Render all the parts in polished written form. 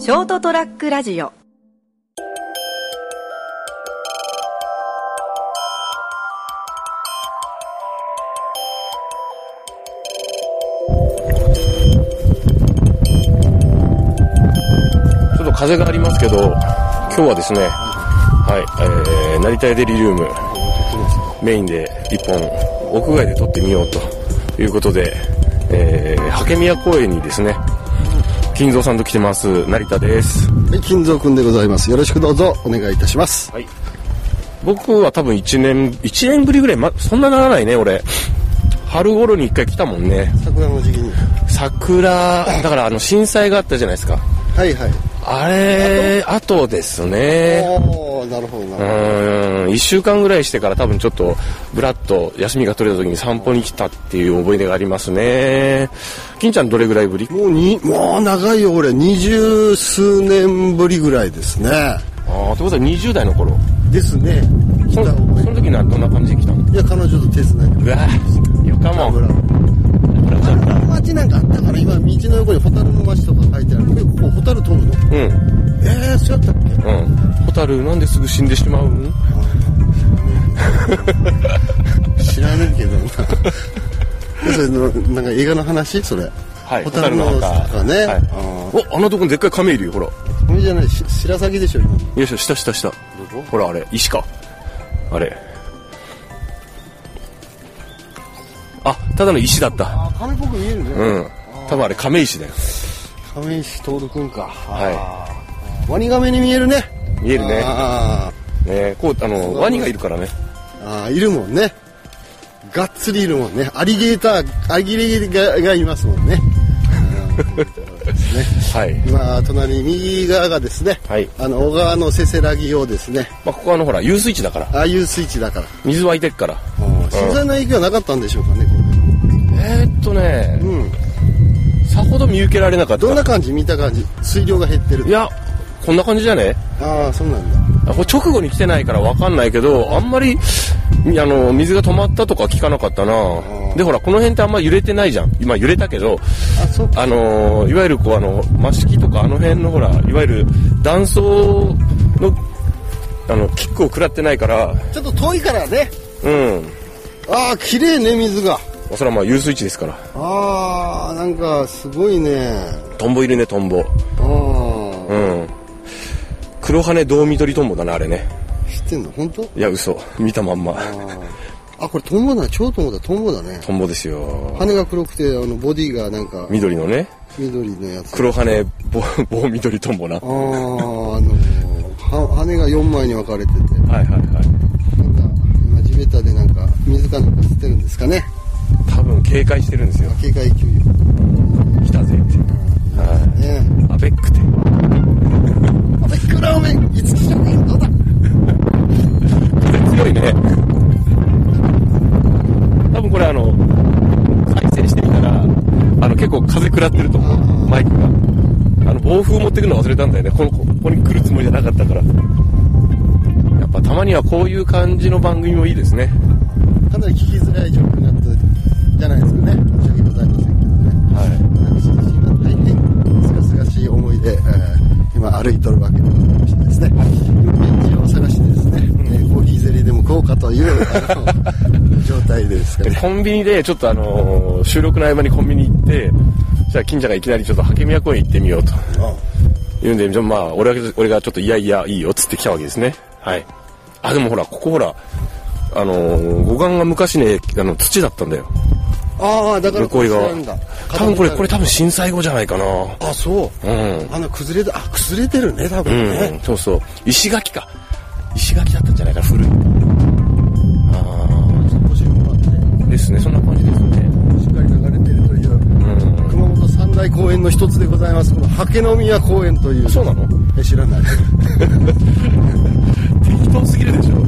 ショートトラックラジオ。 ちょっと風がありますけど、今日はですね、はい、成田エデリリウムメインで一本屋外で撮ってみようということで、刷宮公園にですね、金蔵さんと来てます。成田です。 はい、金蔵くんでございます。よろしくどうぞお願いいたします。 はい。僕は多分1年ぶりぐらい、そんなならないね、俺。春頃に一回来たもんね。 桜の時期に。 桜、だから震災があったじゃないですか。 はいはい。 あれ、後ですね。 なるほどな。 1週間ぐらいしてから多分ちょっとブラッと休みが取れた時に散歩に来たっていう思い出がありますね。金ちゃんどれぐらいぶり？ もう長いよ俺。20数年ぶりぐらいですね。 ってことは20代の頃ですね。 その時にはどんな感じで来たの？ いや、彼女と手伝い。 うわよかも街なんかあったから、今道の横にホタルの街とか書いてある。ここホタル通るの？うん。そうやったっけ？ うん。ホタルなんですぐ死んでしまうん知らないけどな。それのなんか映画の話それ。 はい。 ホタルの墓ね。 はい、あのとこにでっかい亀いるよ、ほら。 亀じゃない、白鷺でしょ今。 よいしょ、下。 どこ？ ほらあれ、石か。あれ。ただの石だった。 亀っぽく見えるね。 うん。多分あれ亀石だよ。 亀石徹くんか。 はい。 ワニガメに見えるね。 見えるね。ね、こうワニがいるからね。 いるもんね。がっつりいるもんね。アリゲーターがいますもんね。 はい。 今隣右側がですね。はい。小川のせせらぎをですね。 ここほら遊水地だから。 遊水地だから。 水湧いてっから。 震災の影響はなかったんでしょうかね。 さほど見受けられなかった。 どんな感じ？見た感じ。水量が減ってる。 いや、こんな感じじゃね？ そうなんだ。 これ直後に来てないから分かんないけど、あんまり水が止まったとか聞かなかったな。でほらこの辺ってあんま揺れてないじゃん。今揺れたけど、いわゆるマシキとか辺のほら、いわゆる断層のキックを食らってないから。 ちょっと遠いからね。 うん。 綺麗ね水が。 それは遊水地ですから。 なんかすごいね。 トンボいるね、トンボ。うん。黒羽銅緑トンボだな、あれね。 知ってんの？本当？ いや、嘘。見たまんま。 これトンボだ。超トンボだ。トンボだね。 トンボですよ。 羽が黒くて、ボディがなんか。 緑のね。 緑のやつ。 黒羽棒緑トンボな。 羽が4枚に分かれてて。 はい。 なんか、今地べたでなんか、水かなんか吸ってるんですかね。 多分警戒してるんですよ。 警戒給与。来たぜって。アベックって。 アベックラーメン、いつ来たの？どうだ？ 強いね。多分これ再生してみたら、結構風食らってると思う。マイクが。暴風持ってくるの忘れたんだよね。ここに来るつもりじゃなかったから。やっぱたまにはこういう感じの番組もいいですね。 かなり聞きづらい状況になったじゃないですかね。申し訳ございませんけどね。はい。私自身は大変すがすがしい思いで、今歩いとるわけでございましてですね。今ベンチを探してですね、コーヒーゼリーでも食おうかという状態ですかね。 コンビニでちょっと収録の合間にコンビニ行って、じゃあ金ちゃんがいきなりちょっと刷宮公園行ってみようと。いうんで、俺がちょっといいよっつって来たわけですね。はい。でもほら、ここほら、護岸が昔ね、土だったんだよ。 だからこれなんだ。 多分これ多分震災後じゃないかな。 そう。崩れてるね、多分ね。 そうそう。石垣だったんじゃないかな、古い。ですね、そんな感じですね。 しっかり流れてるという、熊本三大公園の一つでございます。この刷宮公園という。 そうなの？ 知らない。 適当すぎるでしょ。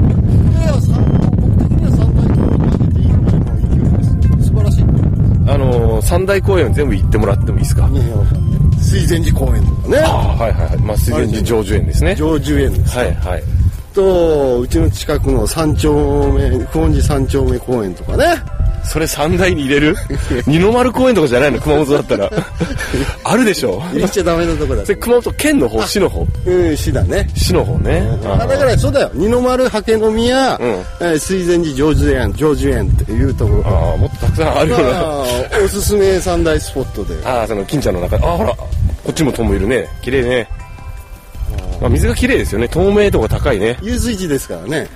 僕的には三大公園を挙げていいぐらいの勢いですよ。素晴らしい。 三大公園全部行ってもらってもいいですか？ 水前寺公園とかね。 水前寺成就園ですね。 成就園です。 はい。 うちの近くの久遠寺三丁目公園とかね。 それ三大に入れる二の丸公園とかじゃないの熊本だったら。あるでしょ。 入れちゃダメなとこだ。 それ熊本県の方、市の方。 市だね。 市の方ね。 だからそうだよ。二の丸竹の宮、水前寺成就園っていうところ。 ああ、もっとたくさんあるよな。 おすすめ三大スポットで。 ああ、その金ちゃんの中で。ああ、ほら、こっちもトンボいるね。綺麗ね。まあ、水が綺麗ですよね。透明度が高いね。 遊水地ですからね。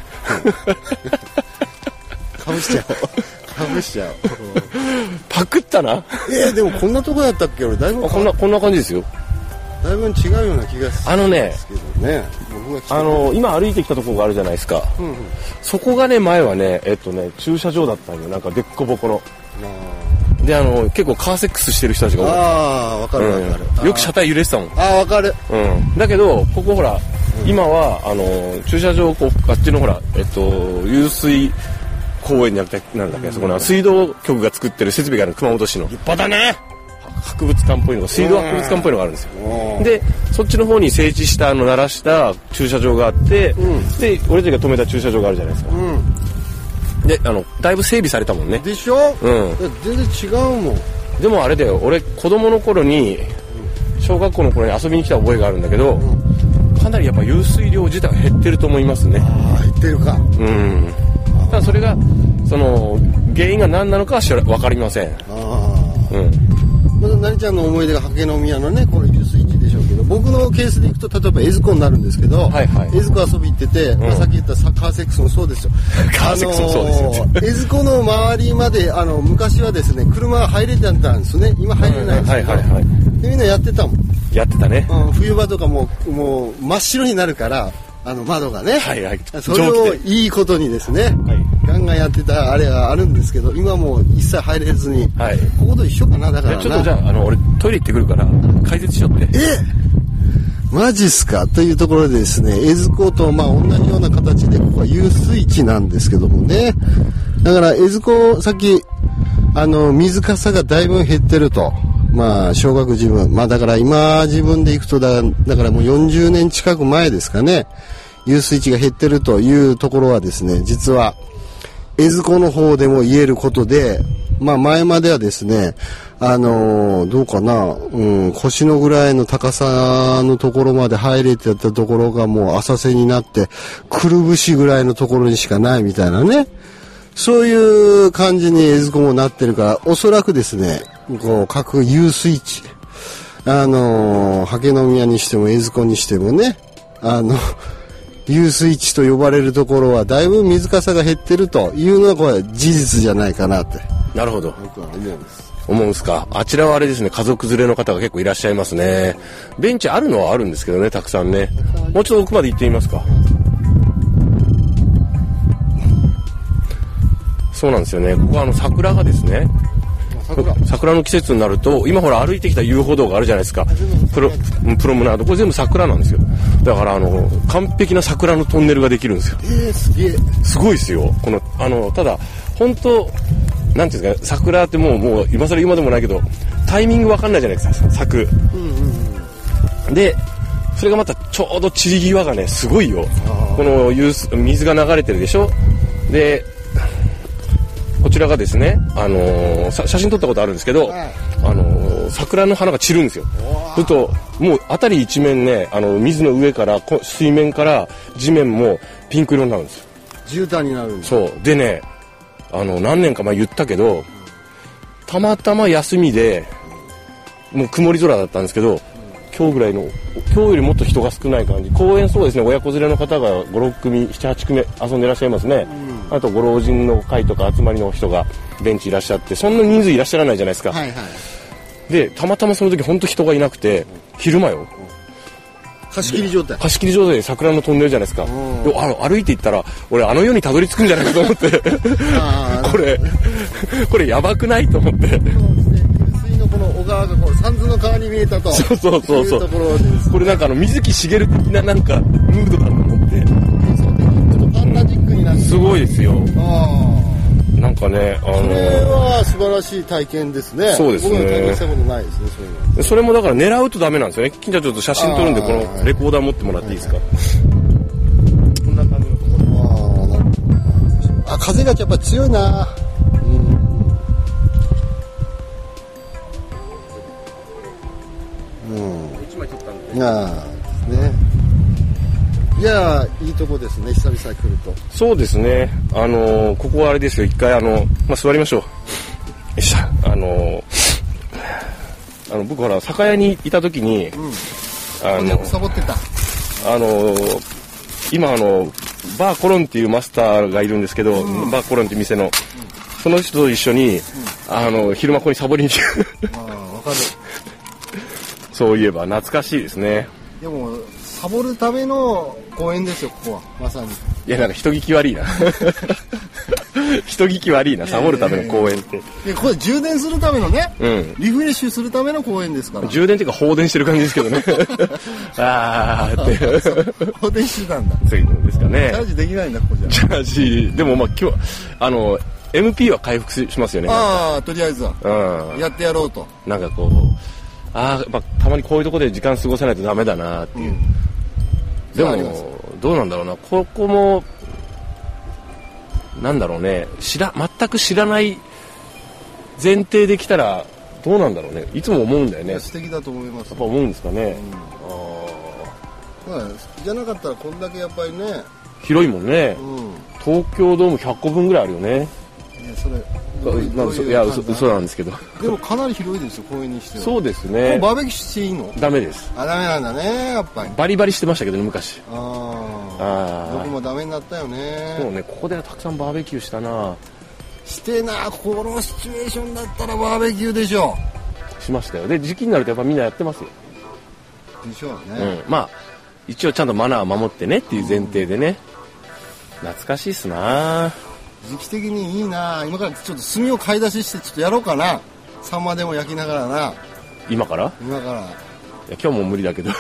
かぶしちゃう。 パクったな。 でもこんなとこやったっけ？俺だいぶこんな感じですよ。 だいぶ違うような気がするんですけどね。 今歩いてきたところがあるじゃないですか。そこがね、前はね、駐車場だったんよ。なんかでっこぼこの。で、結構カーセックスしてる人たちが多い。 ああ、わかる。 よく車体揺れてたもん。 ああ、わかる。 だけど、ここほら、今は、駐車場、あっちのほら、湧水公園になんだっけ、そこの水道局が作ってる設備がある熊本市の。 立派だね。 博物館っぽいのが、水道博物館っぽいのがあるんですよ。で、そっちの方に整地した、鳴らした駐車場があって、で、俺たちが止めた駐車場があるじゃないですか。で、だいぶ整備されたもんね。 でしょ？全然違うもん。 でもあれだよ、俺、子供の頃に、小学校の頃に遊びに来た覚えがあるんだけど、かなりやっぱ湧水量自体は減ってると思いますね。 ああ、減ってるか。 ただそれが、原因が何なのかは分かりません。 まず何ちゃんの思い出が竹の宮のね、この湧水地でしょうけど、僕のケースでいくと、例えば江津湖になるんですけど、江津湖遊び行ってて、さっき言ったカーセックスもそうですよ。 カーセックスもそうですよ。 江津湖の周りまで、昔はですね、車が入れてたんですね。今入れないんですけど、みんなやってたもん。 やってたね。 冬場とかもう真っ白になるから、窓がね、それをいいことにですね、ガンガンやってたあれがあるんですけど、今もう一切入れずに、ここと一緒かな。だからちょっとじゃあ、俺トイレ行ってくるから解説しようって。 マジっすか。というところでですね、江津湖と同じような形で、ここは湧水地なんですけどもね。だから江津湖、さっき水かさがだいぶ減ってると。小学自分、だから今自分で行くとだからもう40年近く前ですかね、湧水地が減ってるというところはですね、実は江津湖の方でも言えることで、前まではですね、どうかな、腰のぐらいの高さのところまで入れてたところがもう浅瀬になって、くるぶしぐらいのところにしかないみたいなね、そういう感じに江津湖もなってるから、おそらくですね、各湧水地、竹の宮にしても江津湖にしてもね、湧水地と呼ばれるところはだいぶ水かさが減ってるというのはこれ事実じゃないかなって。 なるほど。 僕は思うんです。 思うんですか。あちらはあれですね、家族連れの方が結構いらっしゃいますね。ベンチあるのはあるんですけどね、たくさんね。もうちょっと奥まで行ってみますか。そうなんですよね。ここは桜がですね、桜の季節になると、今ほら歩いてきた遊歩道があるじゃないですか。プロムナード、これ全部桜なんですよ。だから完璧な桜のトンネルができるんですよ。 すげえ。 すごいですよ。ただ本当なんていうんですか、桜ってもう今更言うまでもないけど、タイミングわかんないじゃないですか、咲く。で、それがまたちょうど散り際がね、すごいよ。この水が流れてるでしょ。で、こちらがですね、写真撮ったことあるんですけど、桜の花が散るんですよ。そうすると、もう辺り一面ね、水の上から、水面から地面もピンク色になるんですよ。 絨毯になるんです。 そう。でね、何年か前言ったけど、たまたま休みで、もう曇り空だったんですけど、今日よりもっと人が少ない感じ。公園そうですね、親子連れの方が5、6組、7、8組遊んでいらっしゃいますね。あとご老人の会とか集まりの人がベンチいらっしゃって、そんな人数いらっしゃらないじゃないですか。で、たまたまその時本当人がいなくて、昼間よ。 貸し切り状態。 貸し切り状態で桜のトンネルじゃないですか。で歩いていったら、俺世にたどり着くんじゃないかと思って。これやばくないと思って。 この小川が三途の川に見えたと。 そう。これなんか水木しげる的ななんかムードだと思って。 ちょっとファンタジックになって。 すごいですよ。なんかね、 それは素晴らしい体験ですね。 そうですね。 僕は体験したことないですね、そういうの。 それもだから狙うとダメなんですよね。金ちゃんちょっと写真撮るんで、このレコーダー持ってもらっていいですか。こんな感じのところ。 風がやっぱ強いな。 1枚撮ったんで。 ああね。いやいいとこですね、久々来ると。 そうですね。ここはあれですよ。一回座りましょう。よいしょ。僕ほら酒屋にいた時に、 サボってた。 今バーコロンっていうマスターがいるんですけど、バーコロンっていう店の、その人と一緒に、昼間ここにサボりに来て。 ああ、わかる。 そういえば懐かしいですね。 でもサボるための公園ですよ、ここはまさに。 いや、なんか人聞き悪いな。人聞き悪いな、サボるための公園って。 これ充電するためのね、 うん、 リフレッシュするための公園ですから。 充電っていうか放電してる感じですけどね。あーって。 放電してたんだ。 そういうのですかね。 チャージできないんだ、ここじゃ。 チャージ、でもまあ今日、MP は回復しますよね。 ああ、とりあえずは。やってやろうと。 なんかこう、たまにこういうところで時間過ごさないとダメだなっていう。でも、どうなんだろうな、ここも、なんだろうね、全く知らない前提で来たら、どうなんだろうね。いつも思うんだよね。 素敵だと思います。 やっぱ思うんですかね。 じゃなかったらこんだけやっぱりね。 広いもんね。東京ドーム100個分ぐらいあるよね。 それいや、嘘なんですけど。 でもかなり広いですよ、公園にしては。 そうですね。 バーベキューしていいの？ ダメです。 ダメなんだね、やっぱり。 バリバリしてましたけどね、昔。 どこもダメになったよね。 そうね、ここではたくさんバーベキューしたな。 してな、このシチュエーションだったらバーベキューでしょ。 しましたよ。で、時期になるとやっぱみんなやってますよ。 でしょうね。 まあ、一応ちゃんとマナーを守ってねっていう前提でね。懐かしいっすな。 時期的にいいな。今からちょっと炭を買い出ししてちょっとやろうかな。サンマでも焼きながらな。 今から？ 今から。いや、 今日も無理だけど。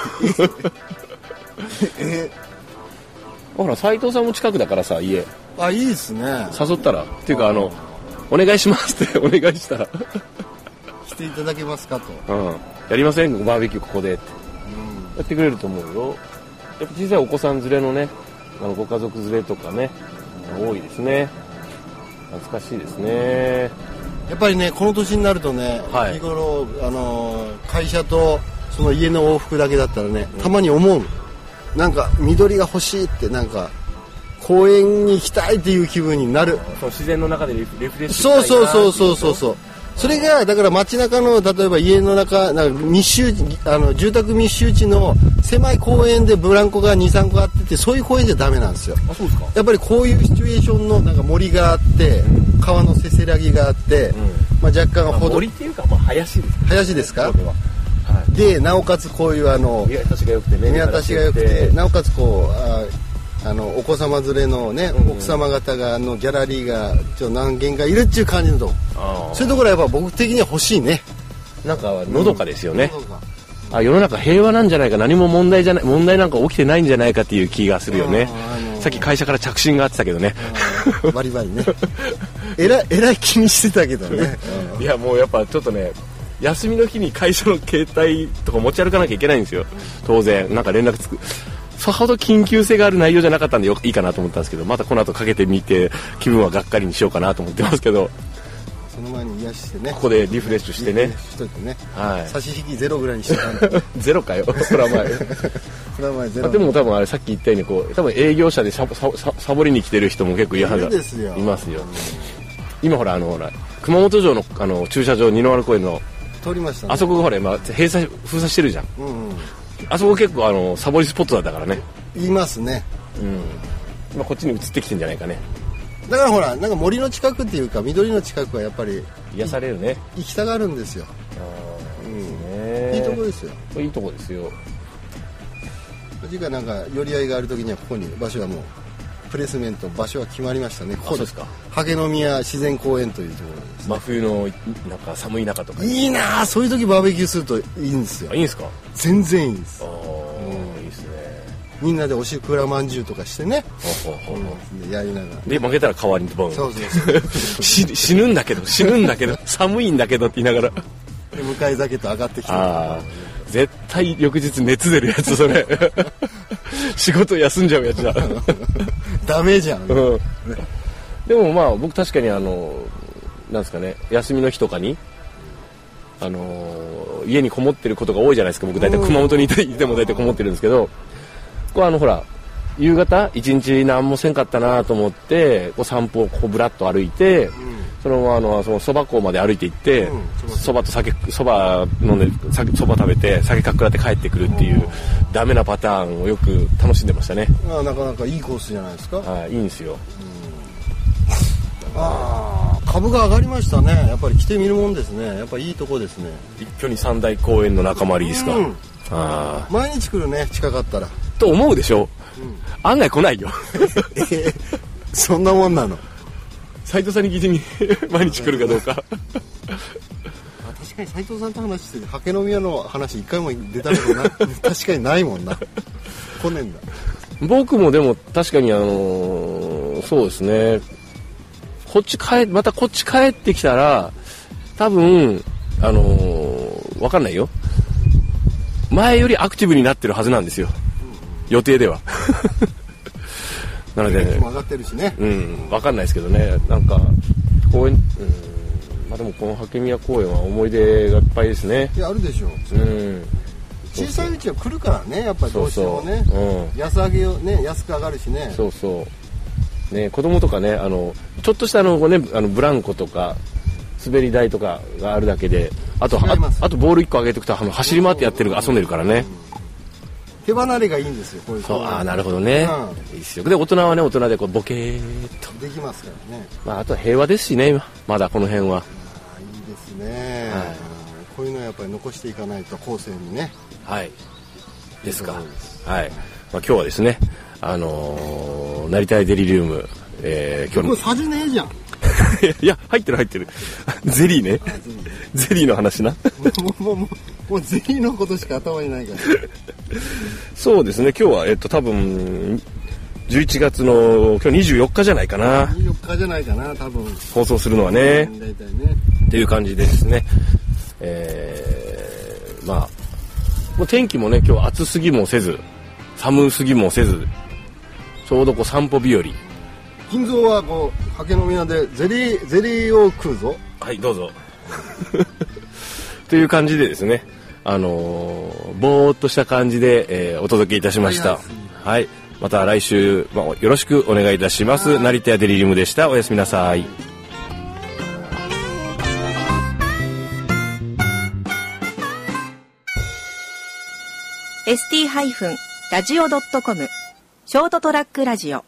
ほら、斉藤さんも近くだからさ、家。 あ、いいですね。 誘ったら。っていうか、お願いしますってお願いしたら。 来ていただけますかと。 やりません？バーベキューここでって。やってくれると思うよ。やっぱ小さいお子さん連れのね、ご家族連れとかね、多いですね。懐かしいですね。 やっぱりね、この年になるとね、日頃会社とその家の往復だけだったらね、たまに思う。なんか緑が欲しいって、なんか公園に行きたいっていう気分になる。 そう、自然の中でリフレッシュしたいな。そう。それがだから街中の、例えば家の中、なんか住宅密集地の狭い公園でブランコが 2,3 個あってて、そういう公園じゃダメなんですよ。 あ、そうですか。 やっぱりこういうシチュエーションのなんか森があって、川のせせらぎがあって、若干森っていうか林です。 林ですか？で、なおかつこういう見渡しが良くてね。 見渡しが良くて、なおかつこうお子様連れのね、奥様方がギャラリーが何軒かいるっていう感じのとこ。そういうところはやっぱ僕的には欲しいね。 なんかのどかですよね。世の中平和なんじゃないか、何も問題なんか起きてないんじゃないかっていう気がするよね。さっき会社から着信があってたけどね。 バリバリね。えらい気にしてたけどね。 いや、もうやっぱちょっとね、休みの日に会社の携帯とか持ち歩かなきゃいけないんですよ。当然なんか連絡つく。さほど緊急性がある内容じゃなかったんでいいかなと思ったんですけど、またこの後かけてみて気分はがっかりにしようかなと思ってますけど、 その前に癒してね、 ここでリフレッシュしてね、 しといてね、差し引きゼロぐらいにしてたんで。 ゼロかよ、プラマイ。 プラマイゼロ。 でも多分あれさっき言ったように多分営業者でサボりに来てる人も結構いますよ。今ほら熊本城の駐車場、二の丸公園の通りましたね。 あそこがほら今封鎖してるじゃん。あそこ結構サボりスポットだったからね。 言いますね。 今こっちに移ってきてんじゃないかね。 だからほら、なんか森の近くっていうか緑の近くはやっぱり癒されるね。 行きたがるんですよ。いいとこですよ。 いいとこですよ。 次回なんか寄り合いがある時にはここに場所がもうプレスメント、場所は決まりましたね。ここですか。萩宮自然公園というところです、ね。 真冬のなんか寒い中とか。 いいなあ、そういう時バーベキューするといいんですよ。 いいんですか。 全然いいです。 いいですね。 みんなでおしくらまんじゅうとかしてね。やりながら。 で負けたら川にボン。 そう。 死ぬんだけど寒いんだけどって言いながら。 向かい酒と上がってきた。 絶対翌日熱出るやつそれ。仕事休んじゃうやつだ。 ダメじゃん。 でもまあ僕確かになんですかね、休みの日とかに家にこもってることが多いじゃないですか。僕大体熊本にいても大体こもってるんですけど、こうほら夕方一日何もせんかったなと思ってこう散歩をこうぶらっと歩いて、そのままそのそば港まで歩いて行ってそば、そば飲んでそば食べて酒かっくらって帰ってくるっていうダメなパターンをよく楽しんでましたね。 なかなかいいコースじゃないですか。 はい、いいんですよ。 株が上がりましたね。やっぱり来てみるもんですね。やっぱりいいとこですね。 一挙に三大公園の仲間入りですか。 毎日来るね、近かったらと思うでしょ。案外来ないよ。 そんなもんなの。 斉藤さんに聞いてみ毎日来るかどうか。 確かに斉藤さんと話してハケノミヤの話一回も出たことな確かにないもんな。来ねえんだ。 僕もでも確かにそうですね、またこっち帰ってきたら多分わかんないよ、前よりアクティブになってるはずなんですよ、予定では。なのでね、 上がってるしね、 わかんないですけどね、なんか公園、まあでもこのハケミヤ公園は思い出がいっぱいですね。 いや、あるでしょう。小さいうちは来るからね、やっぱりどうしてもね、安上げをね、安く上がるしね。 そうそうね、子供とかね、ちょっとしたブランコとか滑り台とかがあるだけで、あとボール1個上げておくと走り回って遊んでるからね。 手離れがいいんですよ、こういう。 そう、なるほどね、いいですよ。で大人はね大人でこうボケーっとできますからね。 まああとは平和ですしね、まだこの辺は。 いいですね。こういうのはやっぱり残していかないと後世にね。 はい。ですか。はい。まあ今日はですね、成田屋デリリウム、今日の。これさじねえじゃん。いや入ってる。ゼリーね。ゼリーの話な。 もうゼリーのことしか頭にないから。 そうですね。今日は多分11月の今日24日じゃないかな。 24日じゃないかな、多分。 放送するのはね。 大体ね。 っていう感じでですね。まあもう天気もね今日暑すぎもせず寒すぎもせずちょうどこう散歩日和。 金蔵はこうハケノミヤでゼリーを食うぞ。 はい、どうぞ。という感じでですね、ぼーっとした感じで、お届けいたしました。はい、また来週、よろしくお願いいたします。成田屋デリリウムでした。おやすみなさい。 ST-radio.com ショートトラックラジオ